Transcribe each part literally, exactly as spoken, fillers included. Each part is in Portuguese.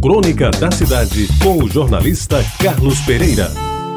Crônica da Cidade, com o jornalista Carlos Pereira.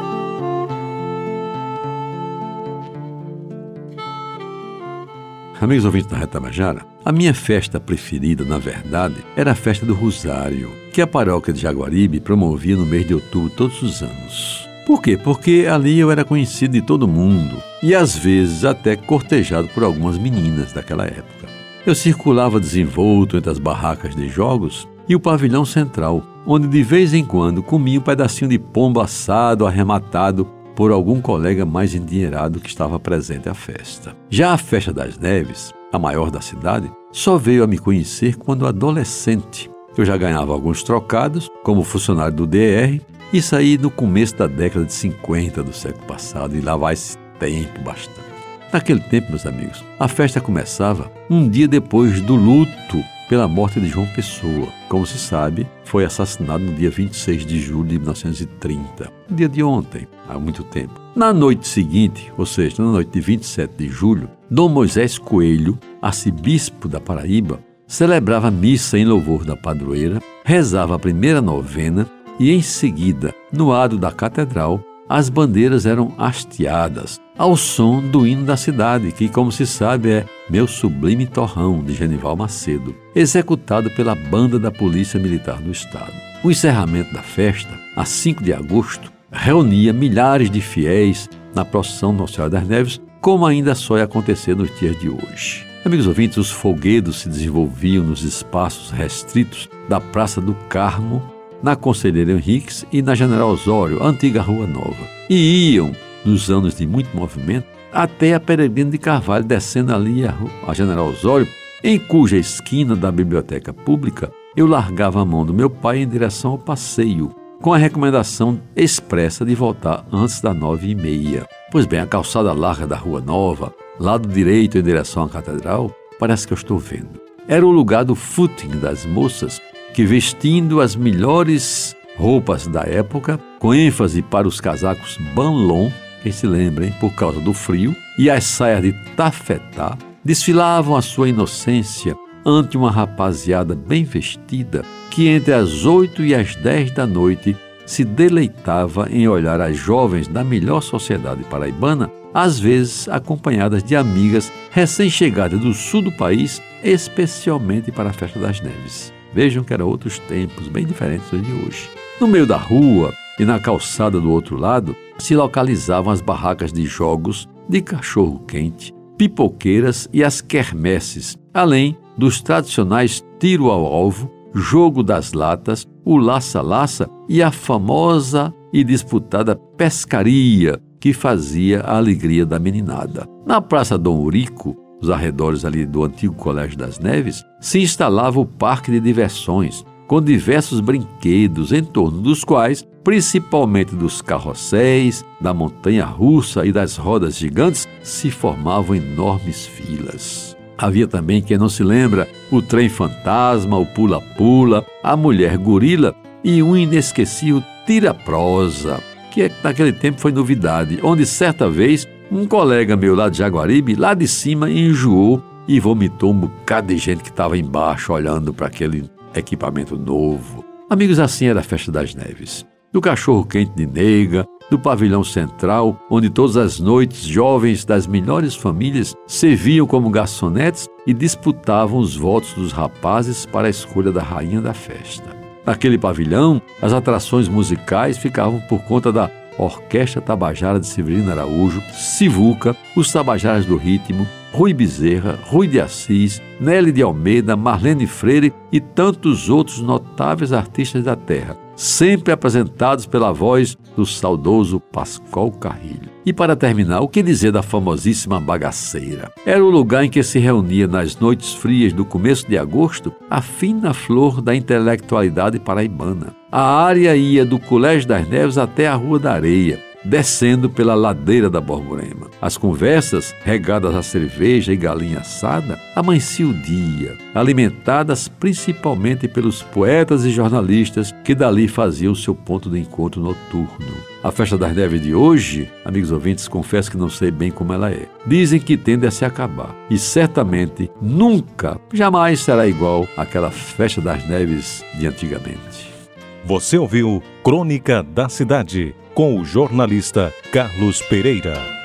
Amigos ouvintes da Rádio Tabajara, a minha festa preferida, na verdade, era a festa do Rosário, que a paróquia de Jaguaribe promovia no mês de outubro todos os anos. Por quê? Porque ali eu era conhecido de todo mundo e às vezes até cortejado por algumas meninas daquela época. Eu circulava desenvolto entre as barracas de jogos e o pavilhão central, onde de vez em quando comia um pedacinho de pombo assado arrematado por algum colega mais endinheirado que estava presente à festa. Já a Festa das Neves, a maior da cidade, só veio a me conhecer quando adolescente. Eu já ganhava alguns trocados como funcionário do D R e saí no começo da década de cinquenta do século passado, e lá vai esse tempo bastante. Naquele tempo, meus amigos, a festa começava um dia depois do luto pela morte de João Pessoa. Como se sabe, foi assassinado no dia vinte e seis de julho de mil novecentos e trinta, no dia de ontem, há muito tempo. Na noite seguinte, ou seja, na noite de vinte e sete de julho, Dom Moisés Coelho, arcebispo da Paraíba, celebrava missa em louvor da padroeira, rezava a primeira novena e, em seguida, no adro da catedral, as bandeiras eram hasteadas ao som do hino da cidade, que, como se sabe, é Meu Sublime Torrão, de Genival Macedo, executado pela Banda da Polícia Militar do Estado. O encerramento da festa, a cinco de agosto, reunia milhares de fiéis na procissão Nossa Senhora das Neves, como ainda só ia acontecer nos dias de hoje. Amigos ouvintes, os folguedos se desenvolviam nos espaços restritos da Praça do Carmo, na Conselheiro Henriques e na General Osório, antiga Rua Nova. E iam, nos anos de muito movimento, até a Peregrino de Carvalho, descendo ali a, a General Osório, em cuja esquina da Biblioteca Pública eu largava a mão do meu pai em direção ao passeio, com a recomendação expressa de voltar antes das nove e meia. Pois bem, a calçada larga da Rua Nova, lado direito em direção à Catedral, parece que eu estou vendo. Era o lugar do footing das moças, que, vestindo as melhores roupas da época, com ênfase para os casacos banlon, quem se lembra, hein, por causa do frio, e as saias de tafetá, desfilavam a sua inocência ante uma rapaziada bem vestida que, entre as oito e as dez da noite, se deleitava em olhar as jovens da melhor sociedade paraibana, às vezes acompanhadas de amigas recém-chegadas do sul do país, especialmente para a Festa das Neves. Vejam que eram outros tempos, bem diferentes dos de hoje. No meio da rua e na calçada do outro lado, se localizavam as barracas de jogos, de cachorro-quente, pipoqueiras e as quermesses, além dos tradicionais tiro ao alvo, jogo das latas, o laça-laça e a famosa e disputada pescaria, que fazia a alegria da meninada. Na Praça Dom Urico, os arredores ali do antigo Colégio das Neves, se instalava o parque de diversões, com diversos brinquedos, em torno dos quais, principalmente dos carrosséis, da montanha-russa e das rodas gigantes, se formavam enormes filas. Havia também, quem não se lembra, o trem fantasma, o pula-pula, a mulher gorila e um inesquecível tira-prosa, que naquele tempo foi novidade, onde certa vez um colega meu lá de Jaguaribe, lá de cima, enjoou e vomitou um bocado de gente que estava embaixo olhando para aquele equipamento novo. Amigos, assim era a Festa das Neves. Do cachorro-quente de Neiga, do pavilhão central, onde todas as noites jovens das melhores famílias serviam como garçonetes e disputavam os votos dos rapazes para a escolha da rainha da festa. Naquele pavilhão, as atrações musicais ficavam por conta da Orquestra Tabajara de Severino Araújo, Sivuca, os Tabajaras do Ritmo, Rui Bezerra, Rui de Assis, Nelly de Almeida, Marlene Freire e tantos outros notáveis artistas da terra, sempre apresentados pela voz do saudoso Pascoal Carrilho. E para terminar, o que dizer da famosíssima Bagaceira? Era o lugar em que se reunia nas noites frias do começo de agosto a fina flor da intelectualidade paraibana. A área ia do Colégio das Neves até a Rua da Areia, descendo pela ladeira da Borborema. As conversas, regadas a cerveja e galinha assada, amanhecia o dia, alimentadas principalmente pelos poetas e jornalistas que dali faziam seu ponto de encontro noturno. A Festa das Neves de hoje, amigos ouvintes, confesso que não sei bem como ela é. Dizem que tende a se acabar e certamente nunca, jamais será igual àquela Festa das Neves de antigamente. Você ouviu Crônica da Cidade, com o jornalista Carlos Pereira.